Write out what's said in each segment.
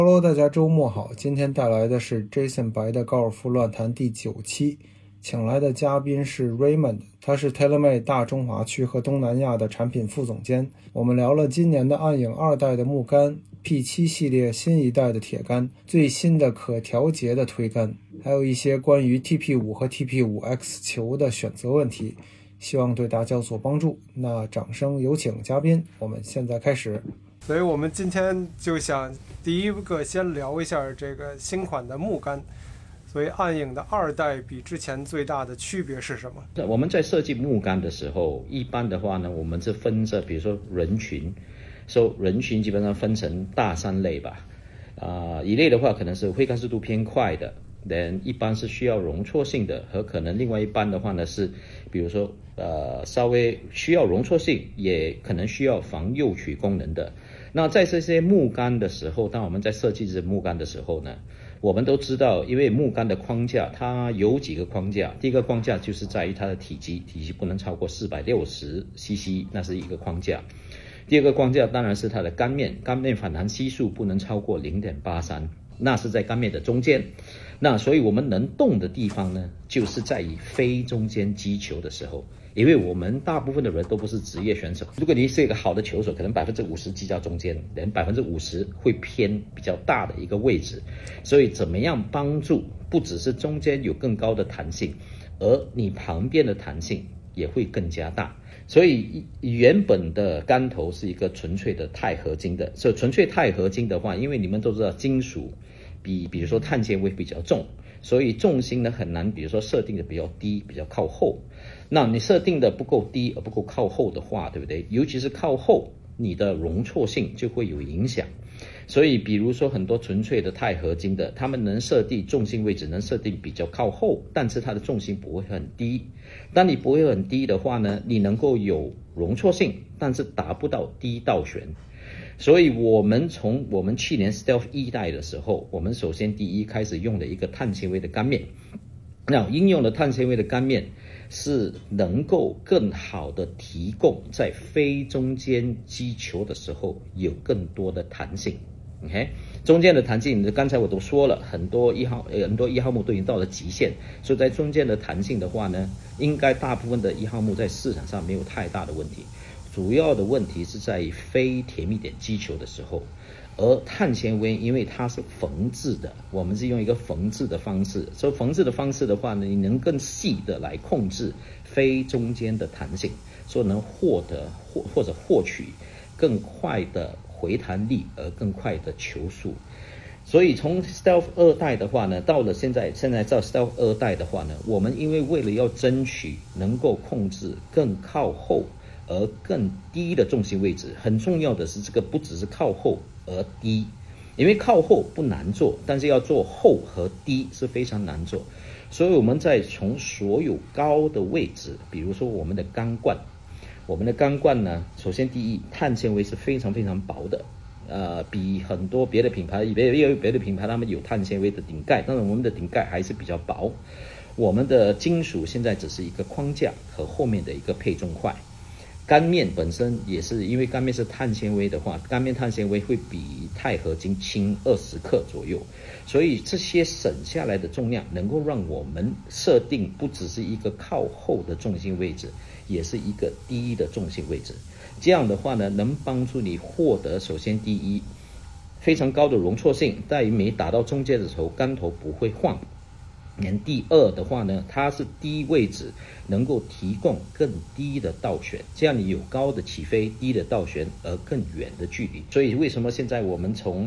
Hello， 大家周末好。今天带来的是 Jason 白的高尔夫乱谈第9期，请来的嘉宾是 Raymond， 他是 TaylorMade 大中华区和东南亚的产品副总监。我们聊了今年的暗影2代的木杆、P7 系列新一代的铁杆、最新的可调节的推杆，还有一些关于 TP5 和 TP5X 球的选择问题，希望对大家有所帮助。那掌声有请嘉宾，我们现在开始。所以我们今天就想第一个先聊一下这个新款的木杆，所以暗影的2代比之前最大的区别是什么？ 我们在设计木杆的时候，一般的话呢，我们是分着比如说人群，人群基本上分成大3类吧。一类的话可能是挥杆速度偏快的，一般是需要容错性的，和可能另外一般的话呢是比如说稍微需要容错性，也可能需要防右曲功能的。那在这些木杆的时候，当我们在设计这些木杆的时候呢，我们都知道，因为木杆的框架它有几个框架。第一个框架就是在于它的体积不能超过460 cc， 那是一个框架。第二个框架当然是它的杆面反弹系数不能超过 0.83， 那是在杆面的中间。那所以我们能动的地方呢，就是在于非中间击球的时候，因为我们大部分的人都不是职业选手，如果你是一个好的球手，可能 50% 击到中间，连 50% 会偏比较大的一个位置。所以怎么样帮助不只是中间有更高的弹性，而你旁边的弹性也会更加大。所以原本的杆头是一个纯粹的钛合金的，所以纯粹钛合金的话，因为你们都知道金属比如说碳纤维比较重，所以重心呢很难比如说设定的比较低，比较靠后。那你设定的不够低而不够靠后的话，对不对？尤其是靠后，你的容错性就会有影响。所以比如说很多纯粹的钛合金的，他们能设定重心位置能设定比较靠后，但是它的重心不会很低。当你不会很低的话呢，你能够有容错性，但是达不到低倒旋。所以我们从我们去年 Stealth 1代的时候，我们首先第一开始用了一个碳纤维的杆面。那应用的碳纤维的杆面是能够更好的提供在非中间击球的时候有更多的弹性。OK， 中间的弹性，刚才我都说了，很多一号木都已经到了极限，所以在中间的弹性的话呢，应该大部分的1号木在市场上没有太大的问题。主要的问题是在于非甜蜜点击球的时候，而碳纤维因为它是缝制的，我们是用一个缝制的方式，所以缝制的方式的话呢，你能更细的来控制非中间的弹性，所以能获得或者获取更快的回弹力而更快的球速。所以从 Stealth 2代的话呢，到了现在到 Stealth 2代的话呢，我们因为为了要争取能够控制更靠后而更低的重心位置，很重要的是这个不只是靠后而低，因为靠后不难做，但是要做后和低是非常难做。所以我们在从所有高的位置，比如说我们的钢罐呢，首先第一，碳纤维是非常非常薄的，比很多别的品牌他们有碳纤维的顶盖，但是我们的顶盖还是比较薄。我们的金属现在只是一个框架和后面的一个配重块。杆面本身也是，因为杆面是碳纤维的话，杆面碳纤维会比钛合金轻20克左右，所以这些省下来的重量能够让我们设定不只是一个靠后的重心位置，也是一个低的重心位置。这样的话呢，能帮助你获得首先第一非常高的容错性，在于每打到中间的时候杆头不会晃。第二的话呢，它是低位置能够提供更低的倒旋，这样你有高的起飞，低的倒旋而更远的距离。所以为什么现在我们从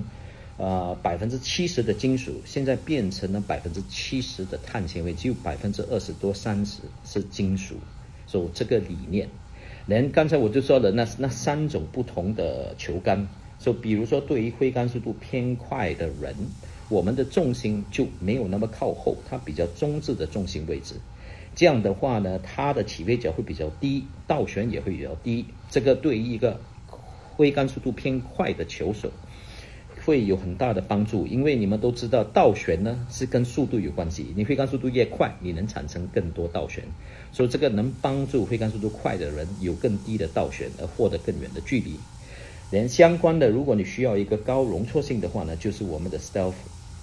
70%的金属现在变成了70%的碳纤维，只有20%多30%是金属。所以这个理念，刚才我就说了那3种不同的球杆。比如说对于挥杆速度偏快的人，我们的重心就没有那么靠后，它比较中置的重心位置。这样的话呢，它的起飞角会比较低，倒旋也会比较低。这个对于一个挥杆速度偏快的球手会有很大的帮助，因为你们都知道倒旋呢是跟速度有关系，你挥杆速度越快，你能产生更多倒旋，所以这个能帮助挥杆速度快的人有更低的倒旋而获得更远的距离。 连相关的，如果你需要一个高容错性的话呢，就是我们的 Stealth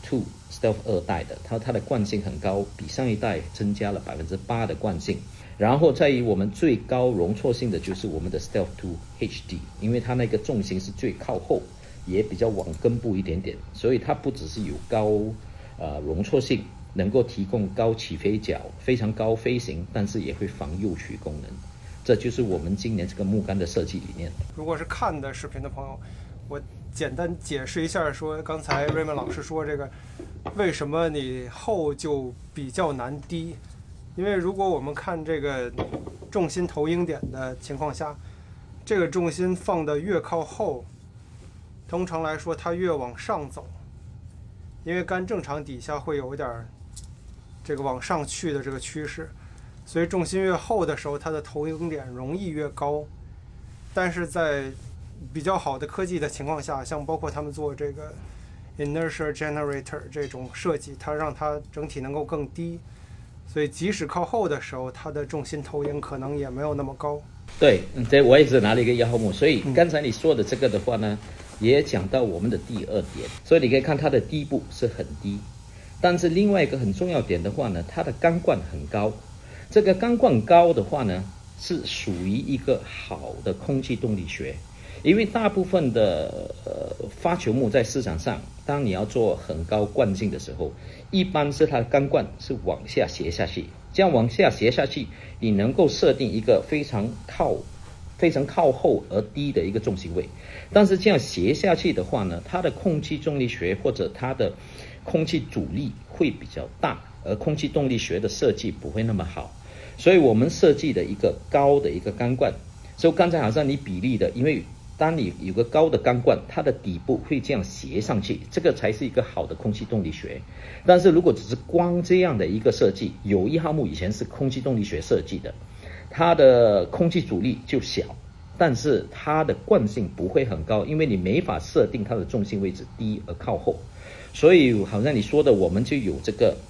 2代的，它的惯性很高，比上一代增加了8%的惯性。然后在于我们最高容错性的就是我们的 Stealth 2 HD， 因为它那个重心是最靠后，也比较往根部一点点，所以它不只是有高容错性，能够提供高起飞角、非常高飞行，但是也会防右曲功能。这就是我们今年这个木杆的设计理念。 如果是看的视频的朋友，我简单解释一下，说刚才 Raymond 老师说这个为什么你后就比较难低，因为如果我们看这个重心投影点的情况下，这个重心放得越靠后，通常来说它越往上走，因为杆正常底下会有一点这个往上去的这个趋势，所以重心越厚的时候，它的投影点容易越高。但是在比较好的科技的情况下，像包括他们做这个 inertia generator 这种设计，它让它整体能够更低，所以即使靠后的时候，它的重心投影可能也没有那么高。 对，这我也是拿了一个1号木，所以刚才你说的这个的话呢，也讲到我们的第2点，所以你可以看它的低部是很低，但是另外一个很重要点的话呢，它的钢冠很高。这个钢冠高的话呢，是属于一个好的空气动力学，因为大部分的发球木在市场上，当你要做很高惯性的时候，一般是它的钢冠是往下斜下去，这样往下斜下去，你能够设定一个非常靠后而低的一个重心位。但是这样斜下去的话呢，它的空气重力学或者它的空气阻力会比较大，而空气动力学的设计不会那么好。所以我们设计的一个高的一个钢冠，所以刚才好像你比例的，因为当你有个高的钢冠，它的底部会这样斜上去，这个才是一个好的空气动力学。但是如果只是光这样的一个设计，有1号木以前是空气动力学设计的，它的空气阻力就小，但是它的惯性不会很高，因为你没法设定它的重心位置低而靠后。所以好像你说的，我们就有这个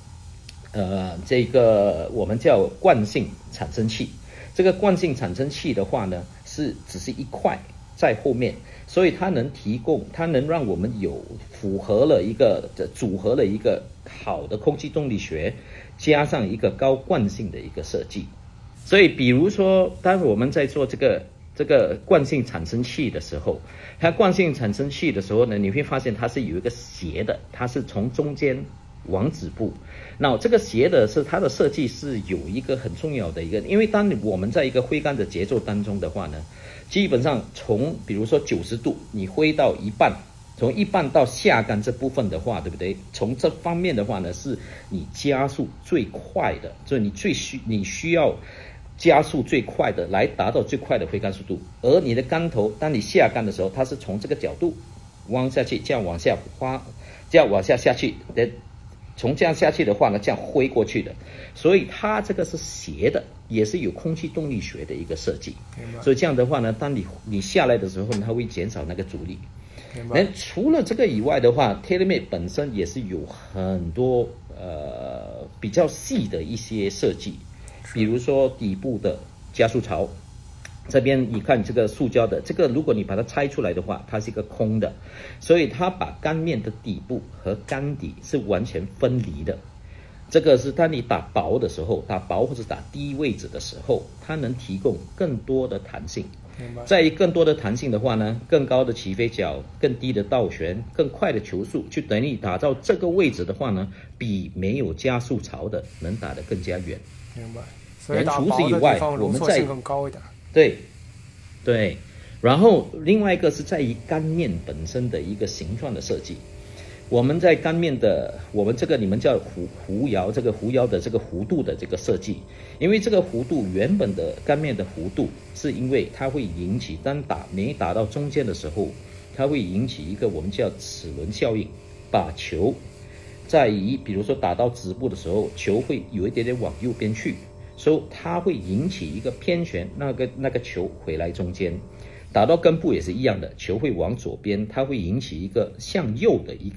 我们叫惯性产生器。这个惯性产生器的话呢，只是一块在后面，所以它能让我们有组合了一个好的空气动力学，加上一个高惯性的一个设计。所以比如说当我们在做这个惯性产生器的时候，它惯性产生器的时候呢，你会发现它是有一个斜的，它是从中间往止部。那这个斜的是它的设计是有一个很重要的一个，因为当我们在一个挥杆的节奏当中的话呢，基本上比如说90度你挥到一半，从一半到下杆这部分的话，对不对？从这方面的话呢，是你加速最快的，所以你需要加速最快的来达到最快的挥杆速度。而你的杆头当你下杆的时候，它是从这个角度弯下去，这样往下下去，从这样下去的话呢，这样挥过去的，所以它这个是斜的，也是有空气动力学的一个设计。所以这样的话呢，当你下来的时候呢，它会减少那个阻力。除了这个以外的话 ，TaylorMade 本身也是有很多比较细的一些设计，比如说底部的加速槽。这边你看这个塑胶的，这个如果你把它拆出来的话，它是一个空的，所以它把杆面的底部和杆底是完全分离的。这个是当你打薄的时候，打薄或者打低位置的时候，它能提供更多的弹性。在于更多的弹性的话呢，更高的起飞角、更低的倒旋、更快的球速，就等于打到这个位置的话呢，比没有加速槽的能打得更加远。 明白。所以打薄的地方容错性更高一点。 对，然后另外一个是在于杆面本身的一个形状的设计。我们在杆面的，我们这个你们叫弧摇，这个弧摇的这个弧度的这个设计，因为这个弧度原本的杆面的弧度，是因为它会引起没打到中间的时候，它会引起一个我们叫齿轮效应，把球在于比如说打到止部的时候，球会有一点点往右边去。所以它会引起一个偏旋，那个球回来中间，打到根部也是一样的，球会往左边，它会引起一个向右的一个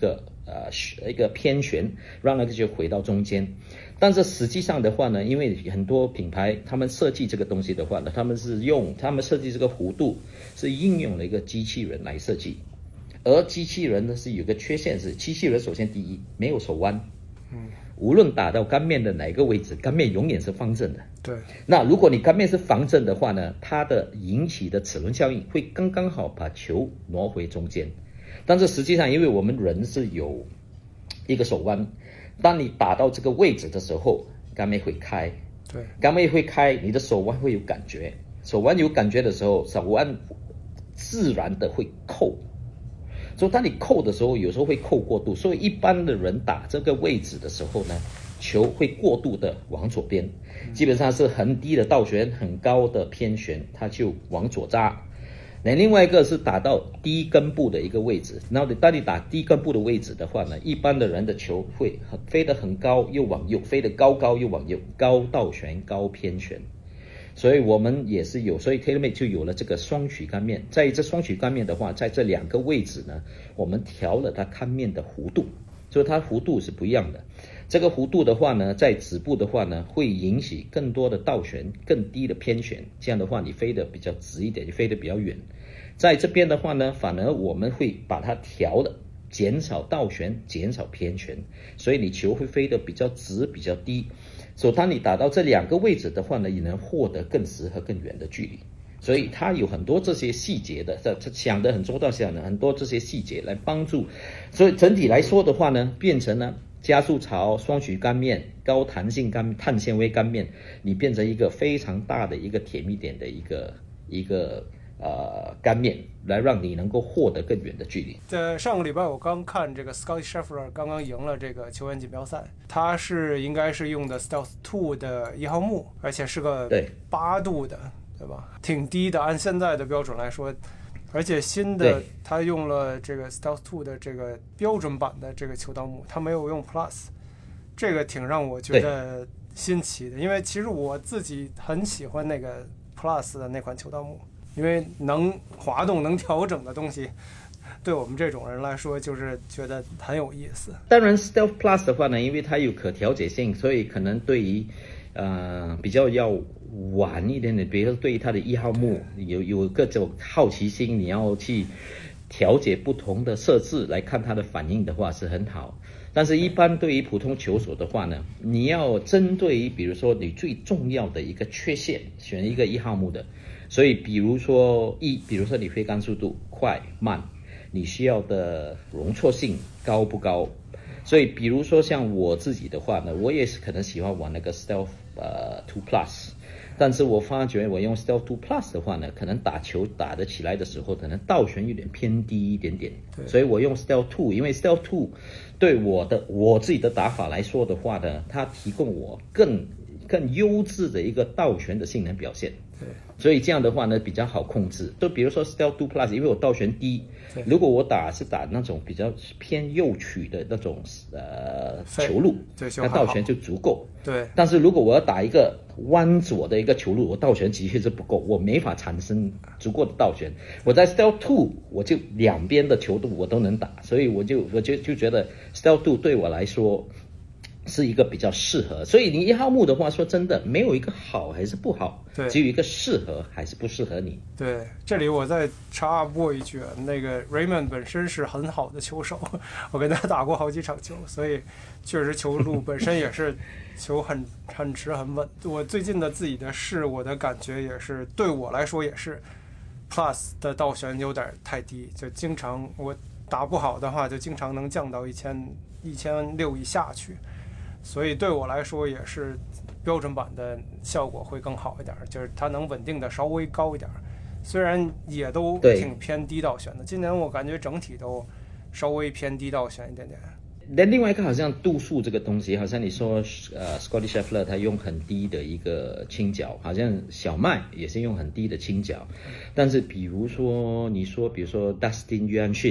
一个偏旋，让那个球回到中间。但是实际上的话呢，因为很多品牌他们设计这个东西的话呢，他们设计这个弧度是应用了一个机器人来设计，而机器人呢是有个缺陷，是机器人首先第一没有手腕，无论打到杆面的哪个位置，杆面永远是方正的。 对， 那如果你杆面是方正的话呢，它的引起的齿轮效应会刚刚好把球挪回中间。但是实际上，因为我们人是有一个手腕，当你打到这个位置的时候，杆面会开。 对， 杆面会开，你的手腕会有感觉，手腕有感觉的时候，手腕自然的会扣。所以当你扣的时候，有时候会扣过度，所以一般的人打这个位置的时候呢，球会过度的往左边，基本上是很低的倒旋，很高的偏旋，它就往左扎。那另外一个是打到低根部的一个位置，然后当你打低根部的位置的话呢，一般的人的球会飞得很高又往右，飞得高又往右，高倒旋高偏旋。所以我们也是有，所以 TaylorMade 就有了这个双曲杆面。在这双曲杆面的话，在这两个位置呢，我们调了它杆面的弧度，所以它弧度是不一样的。这个弧度的话呢，在指部的话呢，会引起更多的倒旋，更低的偏旋。这样的话，你飞得比较直一点，就飞得比较远。在这边的话呢，反而我们会把它调了，减少倒旋，减少偏旋，所以你球会飞得比较直，比较低。所以当你打到这两个位置的话呢，也能获得更直和更远的距离。所以它有很多这些细节的，这想得很周到，想的很多这些细节来帮助。所以整体来说的话呢，变成了加速槽、双曲杆面、高弹性碳纤维杆面，你变成一个非常大的一个甜蜜点的一个杆面，来让你能够获得更远的距离。 在上个礼拜我刚看这个 Scottie Scheffler 刚刚赢了这个球员锦标赛，他应该是用的 Stealth 2的1号木，而且是个8度的，对吧？挺低的，按现在的标准来说。而且新的他用了这个 Stealth 2的这个标准版的这个球道木，他没有用 Plus， 这个挺让我觉得新奇的，因为其实我自己很喜欢那个 Plus 的那款球道木。因为能滑动能调整的东西，对我们这种人来说就是觉得很有意思。 当然 Stealth Plus 的话呢，因为它有可调节性，所以可能对于比较要晚一点的，比如说对于它的1号木有各种好奇心，你要去调节不同的设置来看它的反应的话是很好。但是一般对于普通球手的话呢，你要针对于比如说你最重要的一个缺陷，选一个1号木的。所以比如说你挥杆速度快慢，你需要的容错性高不高。所以比如说像我自己的话呢，我也是可能喜欢玩那个 Stealth 2 Plus， 但是我发觉我用 Stealth 2 Plus 的话呢，可能打球打得起来的时候，可能倒旋有点偏低一点点，所以我用 Stealth 2， 因为 Stealth 2对我自己的打法来说的话呢，它提供我更优质的一个倒旋的性能表现。 对， 所以这样的话呢比较好控制。就比如说 Stealth 2 Plus， 因为我倒旋低，如果我打那种比较偏右曲的那种球路，那倒旋就足够。 对， 但是如果我要打一个弯左的一个球路，我倒旋的确是不够，我没法产生足够的倒旋。我在 Stealth 2我就两边的球路我都能打，所以我就觉得 Stealth 2对我来说是一个比较适合。所以你1号木的话，说真的没有一个好还是不好，只有一个适合还是不适合你。 对，这里我再插播一句，那个 Raymond 本身是很好的球手，我跟他打过好几场球，所以确实球路本身也是球很直很稳。我最近的自己的试，我的感觉也是，对我来说也是 Plus 的倒旋有点太低，就经常我打不好的话，就经常能降到1600以下去。所以对我来说也是标准版的效果会更好一点，就是它能稳定的稍微高一点，虽然也都挺偏低倒旋的。今年我感觉整体都稍微偏低倒旋一点点。 那另外一个好像度数这个东西，好像你说Scottie Scheffler 他用很低的一个倾角，好像小麦也是用很低的倾角，但是比如说 Dustin 约翰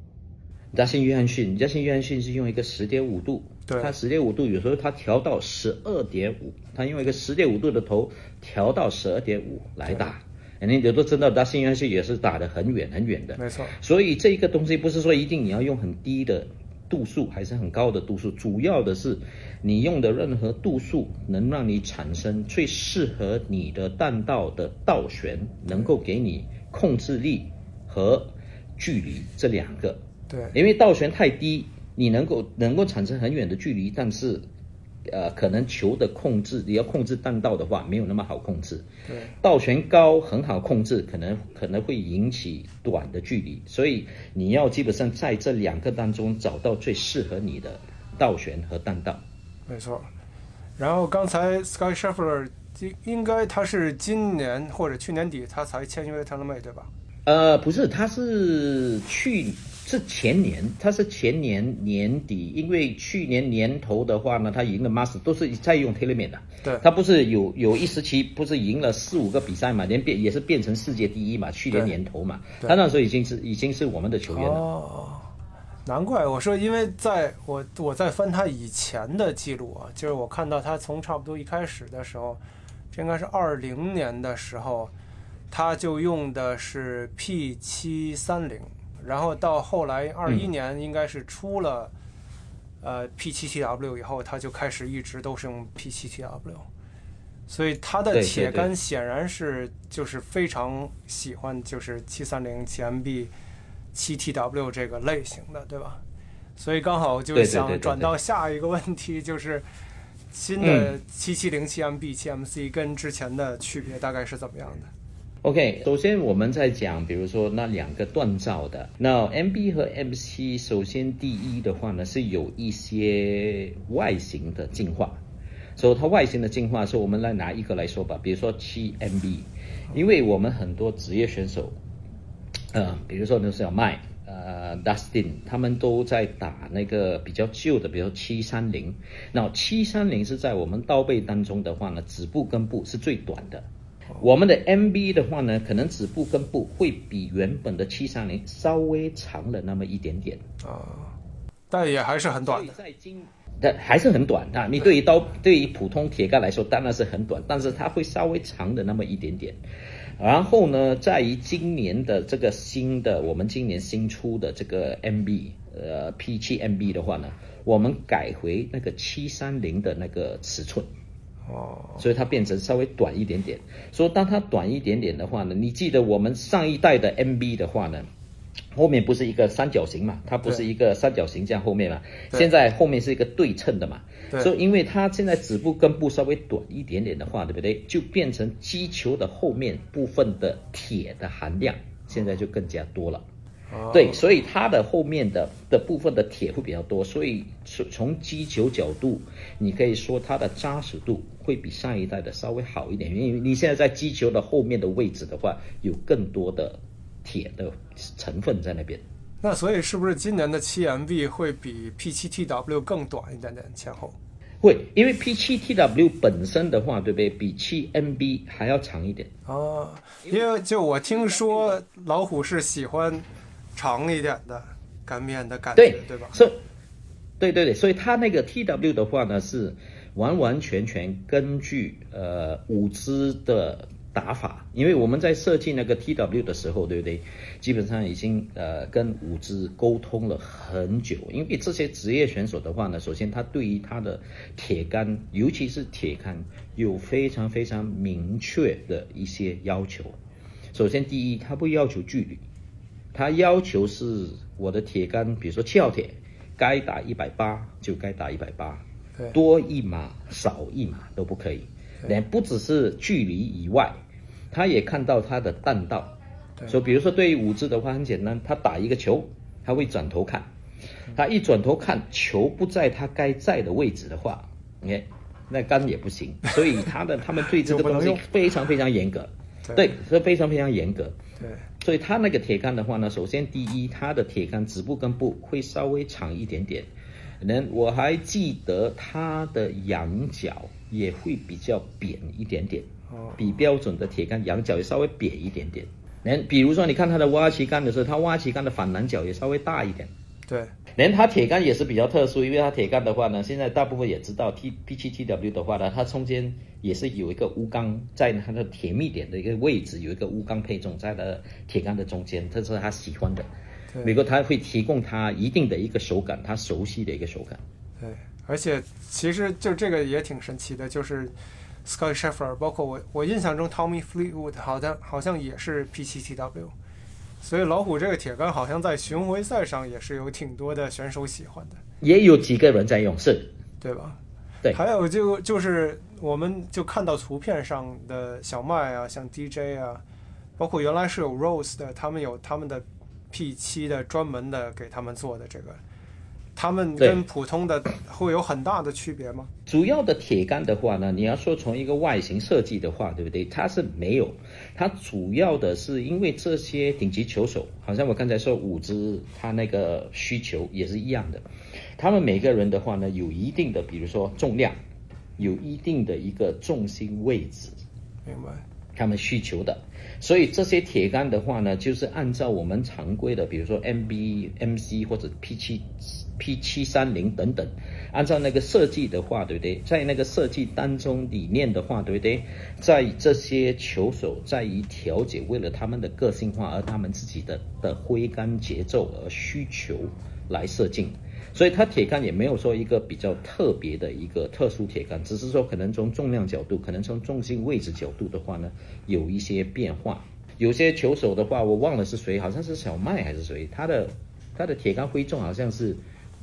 逊是用一个 10.5 度，他 10.5 度有时候他调到 12.5， 他用一个 10.5 度的头调到 12.5 来打。你都知道Dustin约翰逊也是打得很远很远的， 没错。 所以这个东西不是说一定你要用很低的度数还是很高的度数，主要的是你用的任何度数能让你产生最适合你的弹道的倒旋，能够给你控制力和距离这两个。 对， 因为倒旋太低，你能够产生很远的距离，但是可能球的控制，你要控制弹道的话没有那么好控制。 对， 倒旋高很好控制，可能会引起短的距离，所以你要基本上在这两个当中找到最适合你的倒旋和弹道。 没错。然后刚才 Sky Scheffler 应该他是今年或者去年底他才签约 TaylorMade 对吧？ 不是，他是前年年底，因为去年年头的话呢，他赢了 Master 都是在用 TaylorMade 的。 对， 他不是有一时期不是赢了4-5个比赛嘛，也是变成世界第一嘛，去年年头嘛，他那时候已经是我们的球员了。 哦，难怪我说，因为我在翻他以前的记录啊，就是我看到他从差不多一开始的时候，这应该是20年的时候，他就用的是 P730。然后到后来21年应该是出了P7TW 以后，他就开始一直都是用 P7TW， 所以他的铁杆显然是就是非常喜欢就是730、7MB、7TW 这个类型的，对吧？所以刚好就想转到下一个问题，就是新的770、7MB、7MC 跟之前的区别大概是怎么样的 ？OK， 首先我们在讲，比如说那两个锻造的，那 MB 和 MC， 首先第一的话呢是有一些外形的进化，所以它外形的进化，所以我们来拿一个来说吧，比如说 7MB， 因为我们很多职业选手，比如说那小麦，Dustin， 他们都在打那个比较旧的，比如说730，那730是在我们刀背当中的话呢，指部跟部是最短的。我们的 MB 的话呢，可能指部跟部会比原本的730稍微长了那么一点点但也还是很短的。还是很短啊！你对于普通铁杆来说当然是很短，但是它会稍微长的那么一点点。然后呢，在于今年的这个我们今年新出的这个 MB P7MB 的话呢，我们改回那个730的那个尺寸。所以它变成稍微短一点点。所以当它短一点点的话呢，你记得我们上一代的 MB 的话呢，后面不是一个三角形嘛，它不是一个三角形这样后面嘛，现在后面是一个对称的嘛。所以因为它现在指部跟部稍微短一点点的话，对不对？就变成击球的后面部分的铁的含量现在就更加多了。对，所以它的后面的部分的铁会比较多，所以从击球角度，你可以说它的扎实度会比上一代的稍微好一点，因为你现在在击球的后面的位置的话，有更多的铁的成分在那边。 那所以是不是今年的 7MB 会比 P7TW 更短一点点前后？ 会，因为 P7TW 本身的话，对不对？比 7MB 还要长一点。 因为就我听说老虎是喜欢长一点的杆面的感觉，对吧？ 对，所以它那个 TW 的话呢，是完完全全根据舞姿的打法，因为我们在设计那个 TW 的时候，对不对？基本上已经跟舞姿沟通了很久，因为这些职业选手的话呢，首先他对于他的铁杆，尤其是铁杆，有非常非常明确的一些要求。首先第一，他不要求距离。他要求是我的铁杆，比如说7号铁，该打180就该打180，多一码少一码都不可以。连不只是距离以外，他也看到他的弹道。所以比如说对于舞姿的话很简单，他打一个球，他会转头看，他一转头看球不在他该在的位置的话，那杆也不行。所以他们对这个东西非常非常严格。对，是非常非常严格。 对， 所以它那个铁杆的话呢，首先第一，它的铁杆指部跟部会稍微长一点点。我还记得它的仰角也会比较扁一点点，比标准的铁杆仰角也稍微扁一点点。比如说你看它的挖旗杆的时候，它挖旗杆的反篮角也稍微大一点。 对， 它铁杆也是比较特殊，因为它铁杆的话呢，现在大部分也知道 P7TW 的话呢，它中间也是有一个钨钢，在它的铁密点的一个位置有一个钨钢配重在它的铁杆的中间，这是他喜欢的。 美国它会提供它一定的一个手感，它熟悉的一个手感。 对，而且其实就这个也挺神奇的，就是 Scottie Scheffler， 包括我印象中 Tommy Fleetwood 好像也是 P7TW， 所以老虎这个铁杆好像在巡回赛上也是有挺多的选手喜欢的， 也有几个人在用，是， 对吧？ 对， 还有就是我们就看到图片上的小麦啊，像 DJ 啊，包括原来是有 Rose 的，他们有他们的 P7的专门的给他们做的这个，他们跟普通的会有很大的区别吗？ 主要的铁杆的话呢，你要说从一个外形设计的话，对不对？它是没有，它主要的是因为这些顶级球手，好像我刚才说伍兹，他那个需求也是一样的。他们每个人的话呢，有一定的，比如说重量，有一定的一个重心位置， 明白？ 他们需求的，所以这些铁杆的话呢，就是按照我们常规的，比如说 MB、MC 或者 P730等等，按照那个设计的话，对不对？在那个设计当中理念的话，对不对？在这些球手在于调节，为了他们的个性化而他们自己的挥杆节奏而需求来设计。所以它铁杆也没有说一个比较特别的一个特殊铁杆，只是说可能从重量角度，可能从重心位置角度的话呢，有一些变化。有些球手的话，我忘了是谁，好像是小麦还是谁，他的铁杆挥重好像是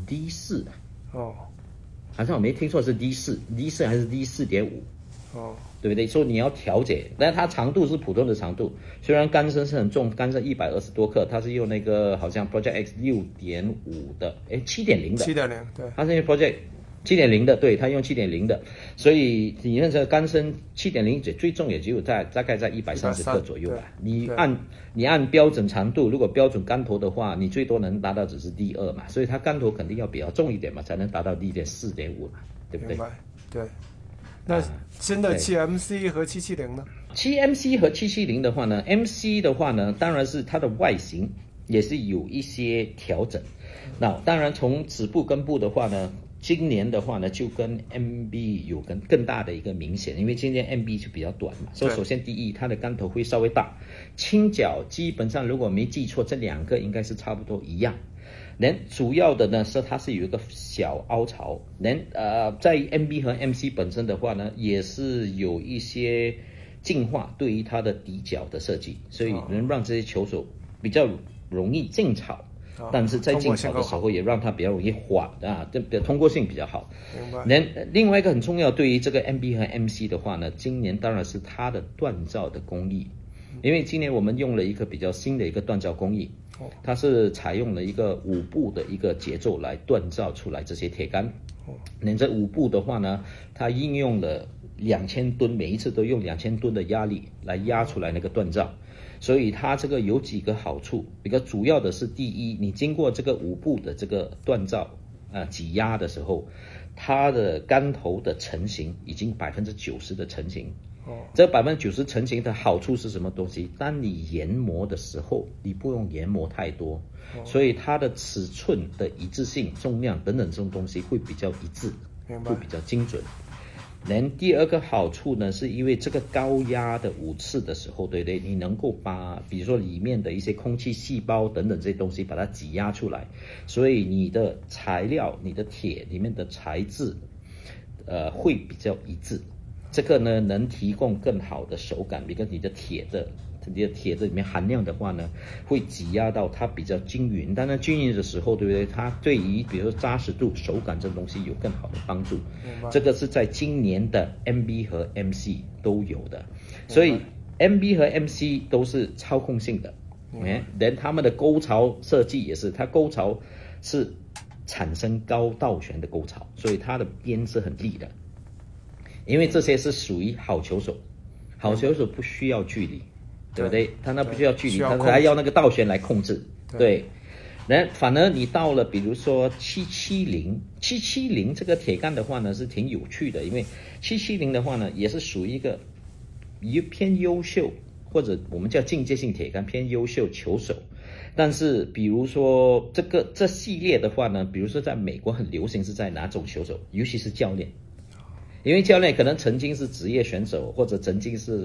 D4， 哦， 好像我没听错是 D4 还是 D4.5， 哦， 对不对？所以你要调节，但它长度是普通的长度，虽然杆身是很重，杆身120多克，它是用那个好像 Project X 6.5的，7.0的 7.0，对， 它是用 Project 7.0的，对，它用7.0的，所以你那个杆身7.0最重也只有大概在130克左右吧。你按标准长度，如果标准杆头的话，你最多能达到只是 D2 嘛，所以它杆头肯定要比较重一点嘛，才能达到 D4.5嘛，对不对？ 明白，对。那新的 7MC 和770呢 ？7MC 和770的话呢 ，MC 的话呢，当然是它的外形也是有一些调整。那当然从指部跟部的话呢，今年的话呢，就跟 MB 有更大的一个明显，因为今年 MB 就比较短嘛，所以首先第一，它的杆头会稍微大，倾角基本上如果没记错，这两个应该是差不多一样。主要的呢是它是有一个小凹槽，在 MB 和 MC 本身的话呢，也是有一些进化对于它的底角的设计，所以能让这些球手比较容易进草。但是在进草的时候也让它比较容易滑啊，通过性比较好。 明白。 另外一个很重要，对于这个 MB 和 MC 的话呢，今年当然是它的锻造的工艺，因为今年我们用了一个比较新的一个锻造工艺，它是采用了一个5步的一个节奏来锻造出来这些铁杆。这5步的话呢，它应用了2000吨，每一次都用2000吨的压力来压出来那个锻造。所以它这个有几个好处，比较主要的是第一，你经过这个5步的这个锻造挤压的时候，它的杆头的成型已经90%的成型。这90%成型的好处是什么东西？当你研磨的时候，你不用研磨太多，所以它的尺寸的一致性、重量等等这种东西会比较一致，会比较精准。第二个好处呢，是因为这个高压的5次的时候，对不对？你能够把比如说里面的一些空气细胞等等这些东西把它挤压出来，所以你的材料、你的铁里面的材质，会比较一致。这个呢，能提供更好的手感，比如你的铁的里面含量的话呢，会挤压到它比较均匀。当然均匀的时候，对不对？它对于比如说扎实度、手感这东西有更好的帮助。这个是在今年的 MB 和 MC 都有的，所以 MB 和 MC 都是操控性的。连他们的沟槽设计也是，它沟槽是产生高倒旋的沟槽，所以它的边是很利的。因为这些是属于好球手，好球手不需要距离，对不对？他那不需要距离，他还要那个倒旋来控制。对，反而你到了比如说770这个铁杆的话呢，是挺有趣的，因为770的话呢，也是属于一个偏优秀，或者我们叫境界性铁杆偏优秀球手。但是比如说这系列的话呢，比如说在美国很流行是在哪种球手，尤其是教练。因为教练可能曾经是职业选手，或者曾经是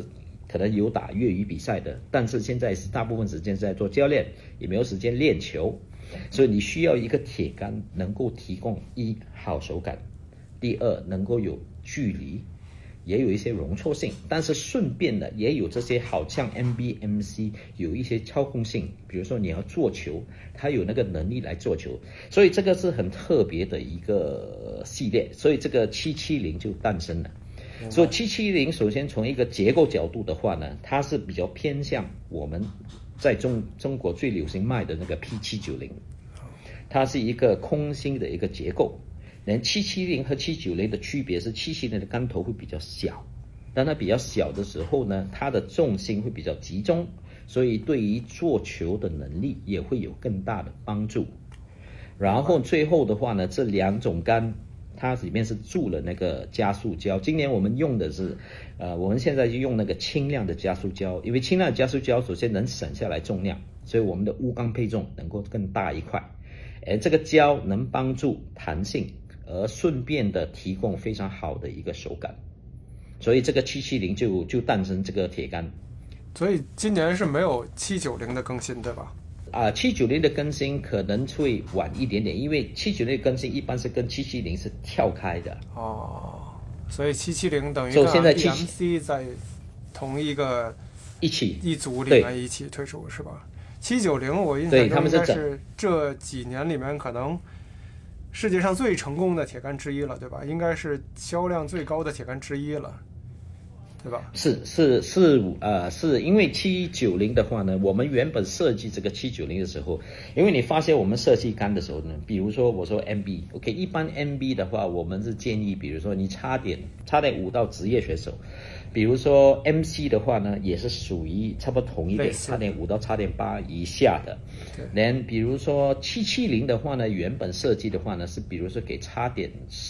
可能有打业余比赛的，但是现在是大部分时间是在做教练，也没有时间练球，所以你需要一个铁杆能够提供一好手感，第二能够有距离，也有一些容错性，但是顺便的也有这些好像 MB、MC 有一些操控性，比如说你要做球，它有那个能力来做球，所以这个是很特别的一个系列，所以这个770就诞生了。所以770首先从一个结构角度的话呢，它是比较偏向我们在中国最流行卖的那个 P790， 它是一个空心的一个结构。770和790的区别是770的杆头会比较小，当它比较小的时候呢，它的重心会比较集中，所以对于做球的能力也会有更大的帮助。然后最后的话呢，这两种杆它里面是注了那个加速胶，今年我们用的是我们现在就用那个轻量的加速胶，因为轻量的加速胶首先能省下来重量，所以我们的钨钢配重能够更大一块，这个胶能帮助弹性，而顺便的提供非常好的一个手感，所以这个770就诞生这个铁杆。 所以今年是没有790的更新，对吧 ？790的更新可能会晚一点点，因为790的更新一般是跟770是跳开的。 所以770等于跟 MBMC 在同一个一组里面一起推出是吧？790我印象中应该是这几年里面可能世界上最成功的铁杆之一了，对吧？应该是销量最高的铁杆之一了，对吧？ 是，因为790的话呢，我们原本设计这个790的时候，因为你发现我们设计杆的时候呢，比如说我说 MB，OK， 一般 MB 的话，我们是建议，比如说你差点5到职业选手，比如说 MC 的话呢，也是属于差不多同一点，差点5到差点8以下的。然比如说770的话呢，原本设计的话呢，是比如说给差点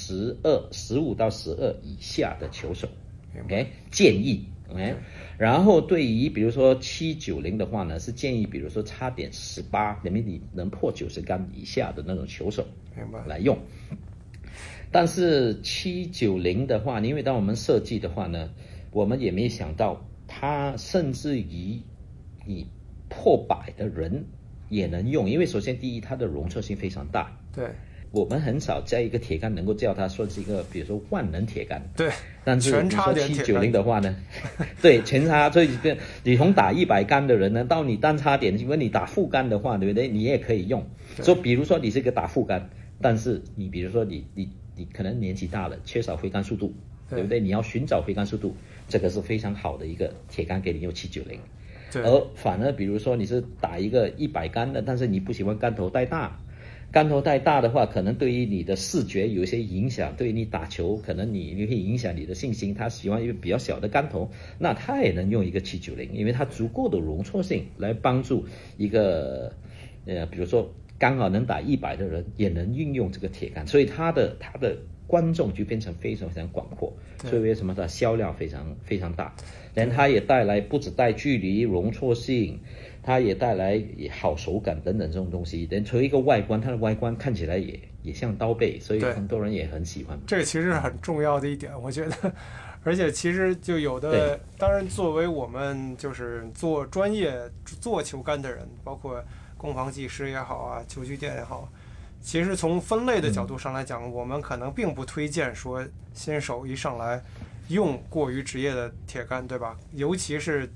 15到12以下的球手。OK， 建议 OK， 然后对于比如说790的话呢，是建议比如说差点18，你能破90杆以下的那种球手来用。但是790的话，因为当我们设计的话呢，我们也没想到它甚至于你破100的人也能用，因为首先第一，它的容错性非常大。 对。 我们很少在一个铁杆能够叫它算是一个，比如说万能铁杆。 对， 但是你说790的话呢，对，全插，所以你从打100杆的人呢，到你单插点，因为你打副杆的话，对不对？你也可以用。所以比如说你是一个打副杆，但是你比如说你可能年纪大了，缺少挥杆速度，对不对？你要寻找挥杆速度，这个是非常好的一个铁杆给你用790。而反而比如说你是打一个100杆的，但是你不喜欢杆头太大。杆头太大的话，可能对于你的视觉有一些影响，对于你打球可能你会影响你的信心。他喜欢一个比较小的杆头，那他也能用一个790，因为它足够的容错性来帮助一个比如说刚好能打100的人也能运用这个铁杆，所以它的观众就变成非常非常广阔，所以为什么它销量非常非常大？然后它也不止带距离、容错性，它也带来好手感等等这种东西。然后从一个外观，它的外观看起来也像刀背，所以很多人也很喜欢。 这个其实是很重要的一点，我觉得。而且其实就有的，当然作为我们就是做专业做球杆的人，包括攻防技师也好啊，球具店也好，其实从分类的角度上来讲，我们可能并不推荐说新手一上来用过于职业的铁杆，对吧？尤其是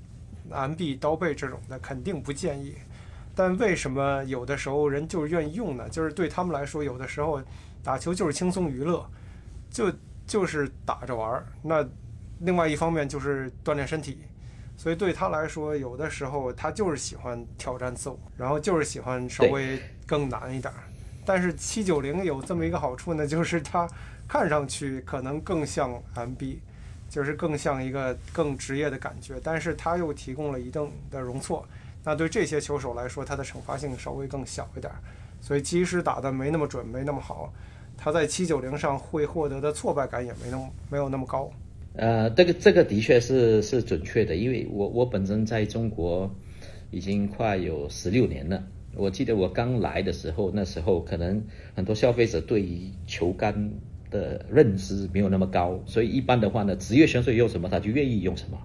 MB 刀背这种的，肯定不建议。但为什么有的时候人就是愿意用呢？就是对他们来说，有的时候打球就是轻松娱乐，就是打着玩。那另外一方面就是锻炼身体，所以对他来说，有的时候他就是喜欢挑战自我，然后就是喜欢稍微更难一点。但是790有这么一个好处呢，就是它看上去可能更像 MB， 就是更像一个更职业的感觉，但是它又提供了一定的容错。那对这些球手来说，它的惩罚性稍微更小一点，所以即使打得没那么准、没那么好，他在790上会获得的挫败感也没有那么高。 这个的确是准确的，因为我本身在中国已经快有16年了。我记得我刚来的时候，那时候可能很多消费者对于球杆的认知没有那么高，所以一般的话呢，职业选手用什么他就愿意用什么，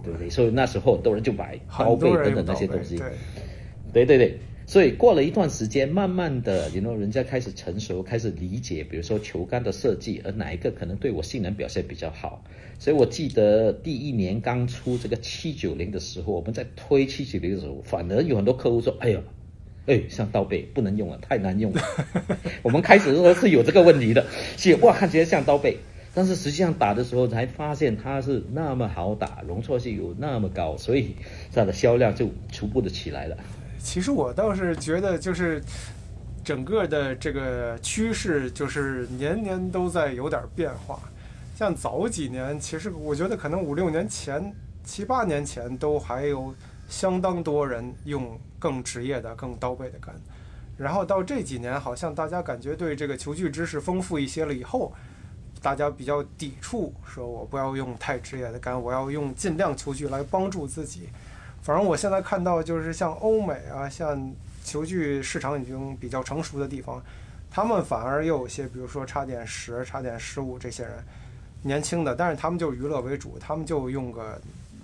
对不对？所以那时候很多人就买刀背等等那些东西。对。所以过了一段时间，慢慢的人家开始成熟，开始理解，比如说球杆的设计，而哪一个可能对我性能表现比较好。所以我记得第一年刚出这个790的时候，我们在推790的时候，反而有很多客户说：“像刀背不能用了，太难用了。”我们开始的时候是有这个问题的，看起来像刀背，但是实际上打的时候才发现它是那么好打，容错性有那么高，所以它的销量就逐步的起来了。 其实我倒是觉得，就是整个的这个趋势，就是年年都在有点变化。像早几年，其实我觉得可能5、6年前、7、8年前都还有相当多人用更职业的、更刀背的杆。然后到这几年，好像大家感觉对这个球具知识丰富一些了以后，大家比较抵触，说我不要用太职业的杆，我要用尽量球具来帮助自己。反正我现在看到就是像欧美啊，像球具市场已经比较成熟的地方，他们反而又有些，比如说插点10、插点15这些人，年轻的，但是他们就娱乐为主，他们就用个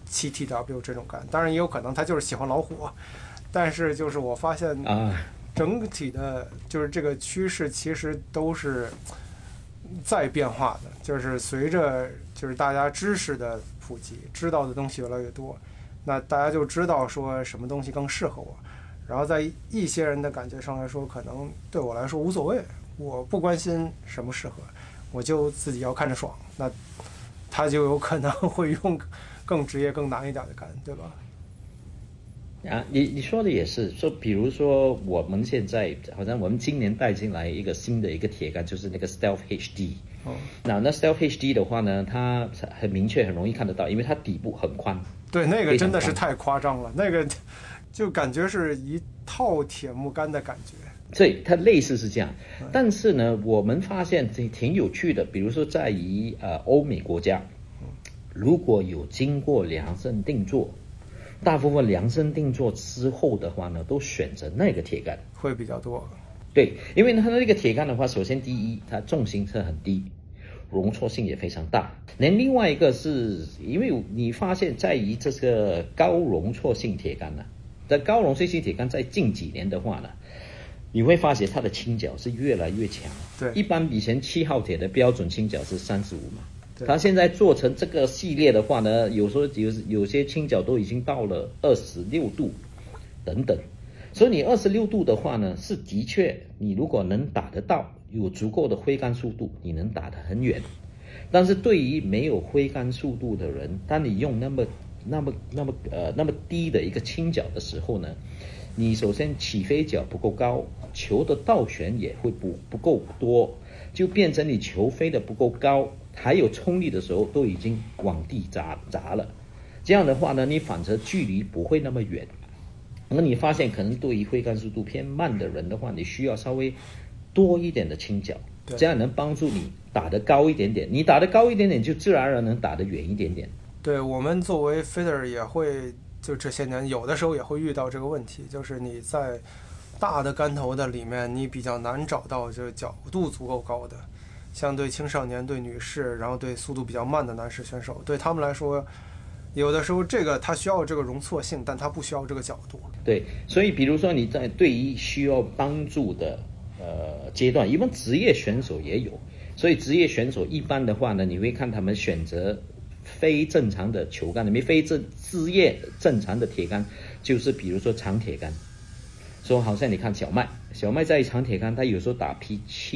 7TW 这种杆，当然也有可能他就是喜欢老虎，但是就是我发现整体的就是这个趋势其实都是在变化的，就是随着就是大家知识的普及，知道的东西越来越多，那大家就知道说什么东西更适合我，然后在一些人的感觉上来说，可能对我来说无所谓，我不关心什么适合，我就自己要看着爽，那他就有可能会用更职业更难一点的杆，对吧？ 你说的也是，说比如说我们现在好像我们今年带进来一个新的一个铁杆，就是那个 Stealth HD。那 Stealth HD 的话呢，它很明确很容易看得到，因为它底部很宽。 对，那个真的是太夸张了，那个就感觉是一套铁木杆的感觉。 所以它类似是这样，但是呢，我们发现挺有趣的，比如说在于欧美国家，如果有经过量身定做，大部分量身定做之后的话呢，都选择那个铁杆会比较多。 对，因为它那个铁杆的话，首先第一，它重心是很低，容错性也非常大。另外一个是因为你发现在于这个高容错性铁杆呢，在高容错性铁杆在近几年的话呢，你会发现它的倾角是越来越强。 对， 一般以前7号铁的标准倾角是35嘛，它现在做成这个系列的话呢，有时候有些倾角都已经到了26度等等。所以你26度的话呢，是的确你如果能打得到，有足够的挥杆速度，你能打得很远。但是对于没有挥杆速度的人，当你用那么低的一个倾角的时候呢，你首先起飞角不够高，球的倒旋也会不够多，就变成你球飞得不够高，还有冲力的时候都已经往地砸了。这样的话呢，你反射距离不会那么远。那你发现可能对于挥杆速度偏慢的人的话，你需要稍微多一点的倾角，这样能帮助你打得高一点点。你打得高一点点，就自然而然能打得远一点点。 对，我们作为 fitter 也会，就这些年有的时候也会遇到这个问题，就是你在大的杆头的里面，你比较难找到这角度足够高的，像对青少年、对女士，然后对速度比较慢的男士选手，对他们来说，有的时候这个他需要这个容错性，但他不需要这个角度。 对，所以比如说你在对于需要帮助的阶段，因为职业选手也有，所以职业选手一般的话呢，你会看他们选择非正常的球杆，非职业正常的铁杆，就是比如说长铁杆。说好像你看小麦在长铁杆，他有时候打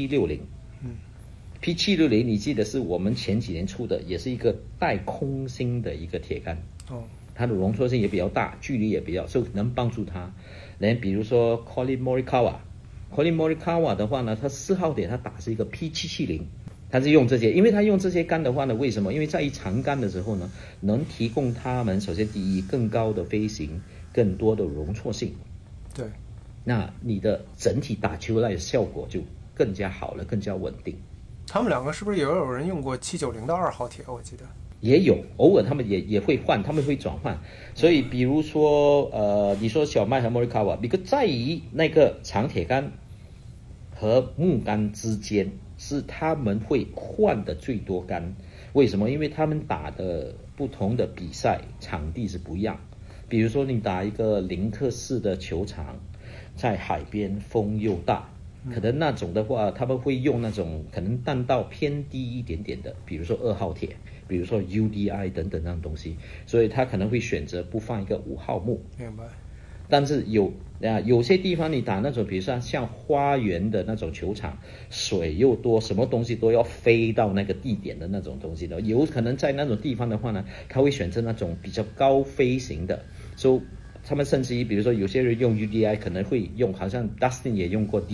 P760。P760 你记得是我们前几年出的，也是一个带空心的一个铁杆。它的容错性也比较大，距离也比较，所以能帮助他。比如说 Collin Morikawa 的话呢，他4号点他打是一个 P770， 他是用这些，因为他用这些杆的话呢，为什么？因为在于长杆的时候呢，能提供他们首先第一更高的飞行，更多的容错性。 对， 那你的整体打球的效果就更加好了，更加稳定。 他们两个是不是也有人用过790的2号铁？我记得也有，偶尔他们也会换，他们会转换。所以比如说你说小麦和 Morikawa， 一个在于那个长铁杆和木杆之间是他们会换的最多杆， 为什么？因为他们打的不同的比赛场地是不一样。比如说你打一个林克式的球场，在海边，风又大，可能那种的话他们会用那种可能弹道偏低一点点的，比如说2号铁，比如说 UDI 等等那种东西，所以他可能会选择不放一个5号木。 明白。 但是有些地方你打那种比如说像花园的那种球场，水又多，什么东西都要飞到那个地点的那种东西的，有可能在那种地方的话呢，他会选择那种比较高飞行的，所以他们甚至于比如说有些人用 UDI 可能会用，好像 Dustin 也用过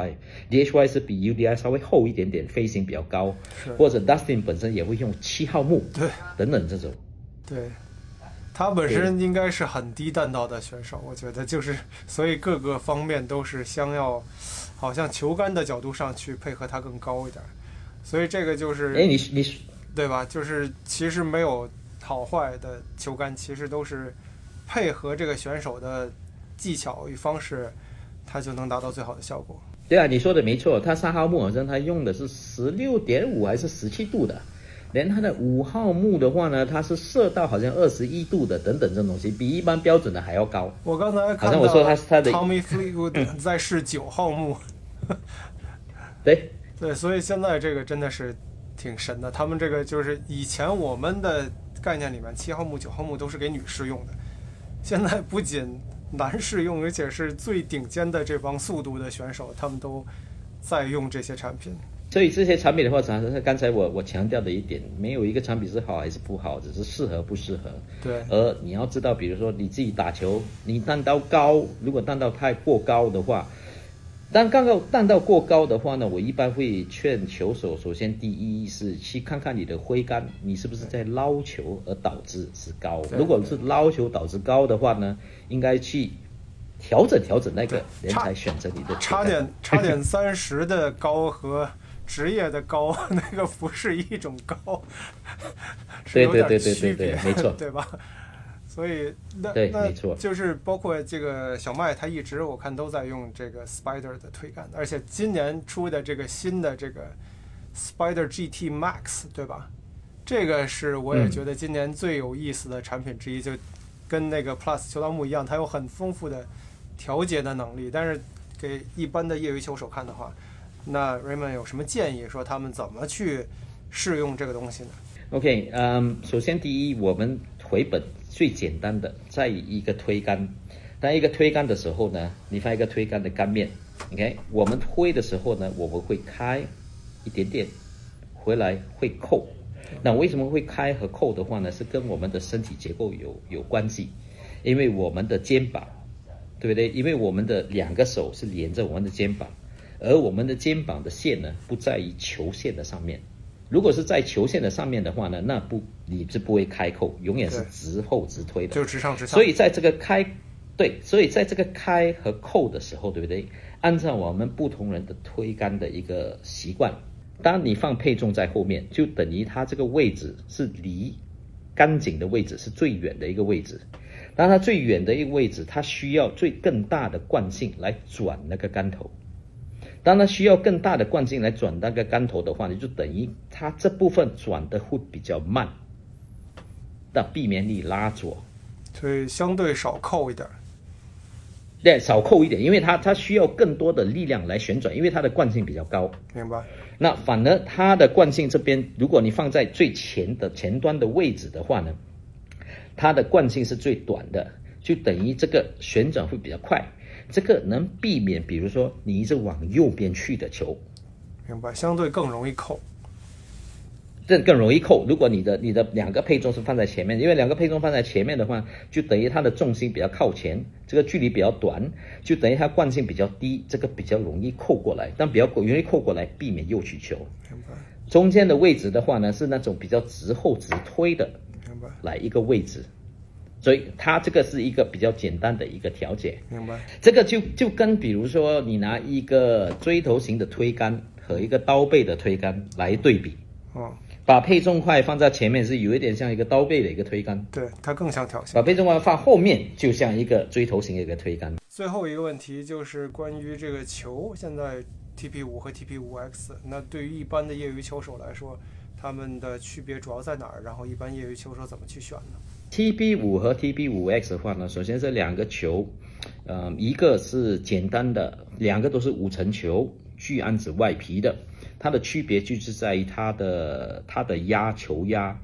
DHY 是比 UDI 稍微厚一点点，飞行比较高，或者 Dustin 本身也会用7号木， 对， 等等这种。 对，他本身应该是很低弹道的选手，我觉得就是所以各个方面都是要好像球杆的角度上去配合他更高一点，所以这个就是你对吧？就是其实没有好坏的球杆，其实都是配合这个选手的技巧与方式，他就能达到最好的效果。 对啊，你说的没错，他3号木好像他用的是16.5还是17度的，连他的5号木的话呢，它是射到好像21度的，等等这种东西，比一般标准的还要高。 我刚才看到好像我说他的 Tommy Fleetwood 在试9号木， 对， 所以现在这个真的是挺神的。他们这个就是以前我们的概念里面7号木、9号木都是给女士用的，现在不仅男士用，而且是最顶尖的这帮速度的选手，他们都在用这些产品。 所以这些产品的话，刚才我强调的一点，没有一个产品是好还是不好，只是适合不适合。 对。 而你要知道，比如说你自己打球，你弹道高，如果弹道太过高的话，弹道过高的话呢，我一般会劝球手，首先第一是去看看你的挥杆，你是不是在捞球而导致是高。如果是捞球导致高的话呢，应该去调整那个人才选择你的球杆。 差点30的高和职业的高那个不是一种高，是有点区别， 没错， 对吧？所以那没错， 就是包括这个小麦，他一直我看都在用这个 Spider 的推杆，而且今年出的这个新的这个 Spider GT Max， 对吧？这个是我也觉得今年最有意思的产品之一，就跟那个 Plus 球道木一样，它有很丰富的调节的能力，但是给一般的业余球手看的话，那 Raymond 有什么建议，说他们怎么去试用这个东西呢？ OK， 首先第一，我们回本最简单的，在一个推杆，当一个推杆的时候呢，你放一个推杆的杆面 ，OK， 我们挥的时候呢，我们会开一点点，回来会扣。那为什么会开和扣的话呢？是跟我们的身体结构有关系，因为我们的肩膀，对不对？因为我们的2个手是连着我们的肩膀，而我们的肩膀的线呢，不在于球线的上面。如果是在球线的上面的话呢，那你是不会开扣，永远是直后直推的， 就直上直下。 所以在这个开和扣的时候，对不对？按照我们不同人的推杆的一个习惯，当你放配重在后面，就等于它这个位置是离杆颈的位置是最远的一个位置。当它最远的一个位置，它需要更大的惯性来转那个杆头。当它需要更大的惯性来转那个杆头的话，你就等于它这部分转的会比较慢，那避免你拉左， 所以相对少扣一点。 对，少扣一点，因为它需要更多的力量来旋转，因为它的惯性比较高。 明白。 那反而它的惯性这边，如果你放在最前端的位置的话呢，它的惯性是最短的，就等于这个旋转会比较快。这个能避免，比如说你一直往右边去的球， 明白，相对更容易扣， 这更容易扣。如果你的2个配重是放在前面，因为2个配重放在前面的话，就等于它的重心比较靠前，这个距离比较短，就等于它惯性比较低，这个比较容易扣过来，但比较容易扣过来，避免右曲球。 明白。 中间的位置的话呢，是那种比较直后直推的， 明白， 来一个位置。所以它这个是一个比较简单的一个调节， 明白？ 这个就跟比如说你拿一个锥头型的推杆和一个刀背的推杆来对比，把配重块放在前面是有一点像一个刀背的一个推杆， 对，它更像条线。 把配重块放后面就像一个锥头型的一个推杆。 最后一个问题就是关于这个球，现在 TP5 和 TP5X， 那对于一般的业余球手来说， 它们的区别主要在哪儿？然后一般业余球手怎么去选呢 ？TB5和 TB5X 的话呢，首先这两个球，一个是简单的，两个都是5层球，聚氨酯外皮的，它的区别就是在于它的球压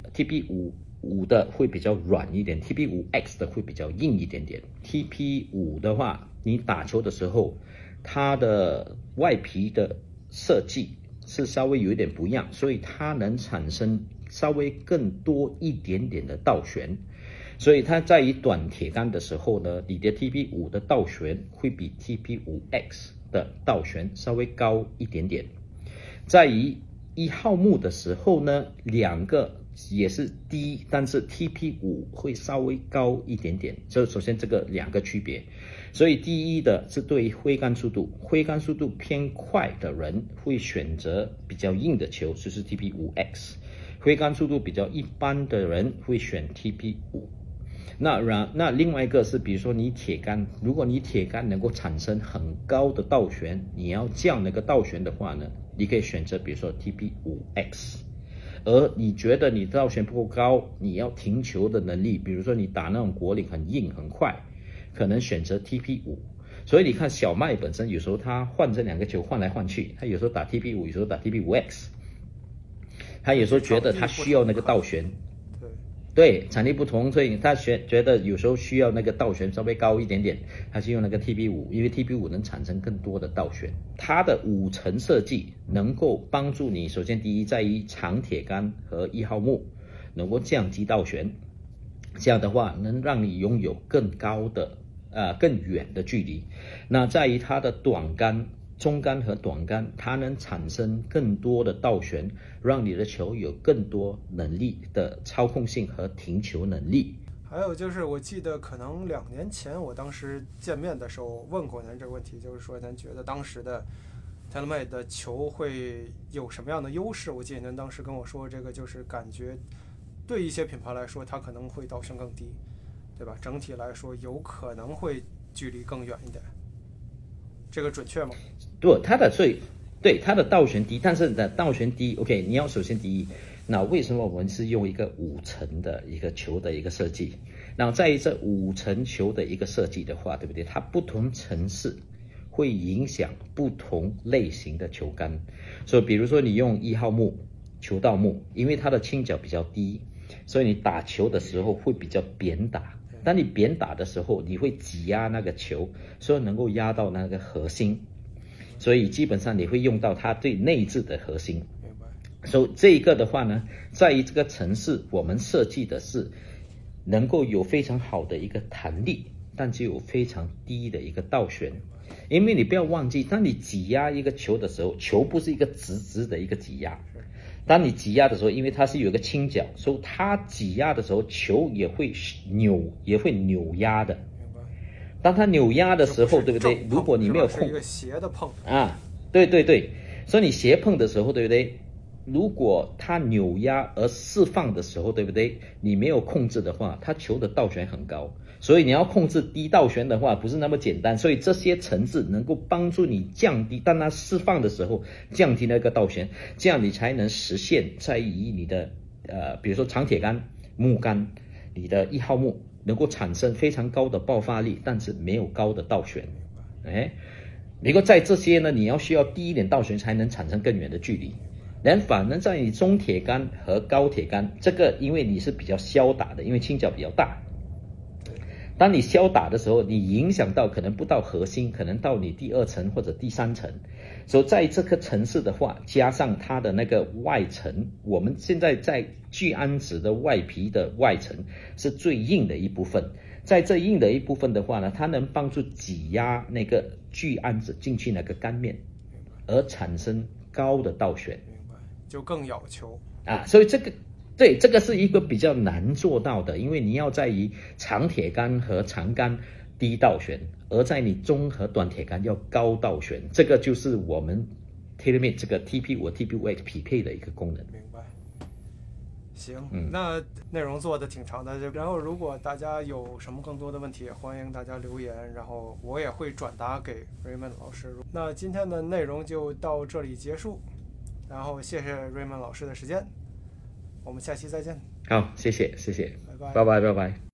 ，TB5的会比较软一点 ，TB5X 的会比较硬一点点。TB5的话，你打球的时候，它的外皮的设计是稍微有一点不一样，所以它能产生稍微更多一点点的倒旋。所以它在于短铁杆的时候呢，你的 TB5的倒旋会比 TB5X 的倒旋稍微高一点点。在于1号木的时候呢，两个也是低，但是 TB5 会稍微高一点点。这首先这个两个区别。所以第一的是对挥杆速度偏快的人会选择比较硬的球，就是 TB5X。挥杆速度比较一般的人会选 TB5。那另外一个是，比如说你铁杆，如果你铁杆能够产生很高的倒旋，你要降那个倒旋的话呢，你可以选择比如说 TB5X。而你觉得你倒旋不够高，你要停球的能力，比如说你打那种果岭很硬很快，可能选择 TB5。所以你看小麦本身有时候他换这两个球换来换去，他有时候打 TB5，有时候打 TB5X， 他有时候觉得他需要那个倒旋。对，场地不同，所以他觉得有时候需要那个倒旋稍微高一点点，他是用那个 TB5， 因为 TB5 能产生更多的倒旋。它的5层设计能够帮助你，首先第一在于长铁杆和1号木能够降低倒旋，这样的话能让你拥有更高的更远的距离。那在于它的短杆、中杆和短杆，它能产生更多的倒旋，让你的球有更多能力的操控性和停球能力。 还有就是，我记得可能2年前我当时见面的时候问过您这个问题，就是说您觉得当时的 TaylorMade 的球会有什么样的优势？我记得您当时跟我说，这个就是感觉对一些品牌来说，它可能会倒旋更低，对吧？整体来说有可能会距离更远一点，这个准确吗？ 对，它的倒旋低，但是的倒旋低 ，OK， 你要首先第一，那为什么我们是用一个5层的一个球的一个设计？那在于这5层球的一个设计的话，对不对？它不同层次会影响不同类型的球杆。所以比如说你用1号木球道木，因为它的倾角比较低，所以你打球的时候会比较扁打。当你扁打的时候，你会挤压那个球，所以能够压到那个核心。所以基本上你会用到它最内置的核心。所以这一个的话呢，在于这个层次，我们设计的是能够有非常好的一个弹力，但只有非常低的一个倒旋。因为你不要忘记，当你挤压一个球的时候，球不是一个直的一个挤压。当你挤压的时候，因为它是有一个倾角，所以它挤压的时候，球也会扭压的。当它扭压的时候，对不对？如果你没有控， 是一个斜的碰啊，对，所以你斜碰的时候，对不对？如果它扭压而释放的时候，对不对？你没有控制的话，它球的倒旋很高，所以你要控制低倒旋的话，不是那么简单。所以这些层次能够帮助你降低，当它释放的时候降低那个倒旋，这样你才能实现在于你的比如说长铁杆、木杆，你的1号木能够产生非常高的爆发力，但是没有高的倒旋。如果在这些呢，你要需要低一点倒旋才能产生更远的距离。反而在你中铁杆和高铁杆，这个因为你是比较削打的，因为倾角比较大。当你削打的时候，你影响到可能不到核心，可能到你第2层或者第3层。所以在这个层次的话，加上它的那个外层，我们现在在聚氨酯的外皮的外层是最硬的一部分。在这硬的一部分的话呢，它能帮助挤压那个聚氨酯进去那个杆面，而产生高的倒旋， 就更咬球啊。所以这个是一个比较难做到的，因为你要在于长铁杆和长杆低倒旋，而在你中和短铁杆要高倒旋，这个就是我们 TaylorMade 这个 TP5 和 TP5X 匹配的一个功能。 明白。行，那内容做的挺长的，然后如果大家有什么更多的问题，欢迎大家留言，然后我也会转达给 Raymond 老师。那今天的内容就到这里结束，然后谢谢 Raymond 老师的时间。 我们下期再见。 好，谢谢， 拜拜。 拜拜。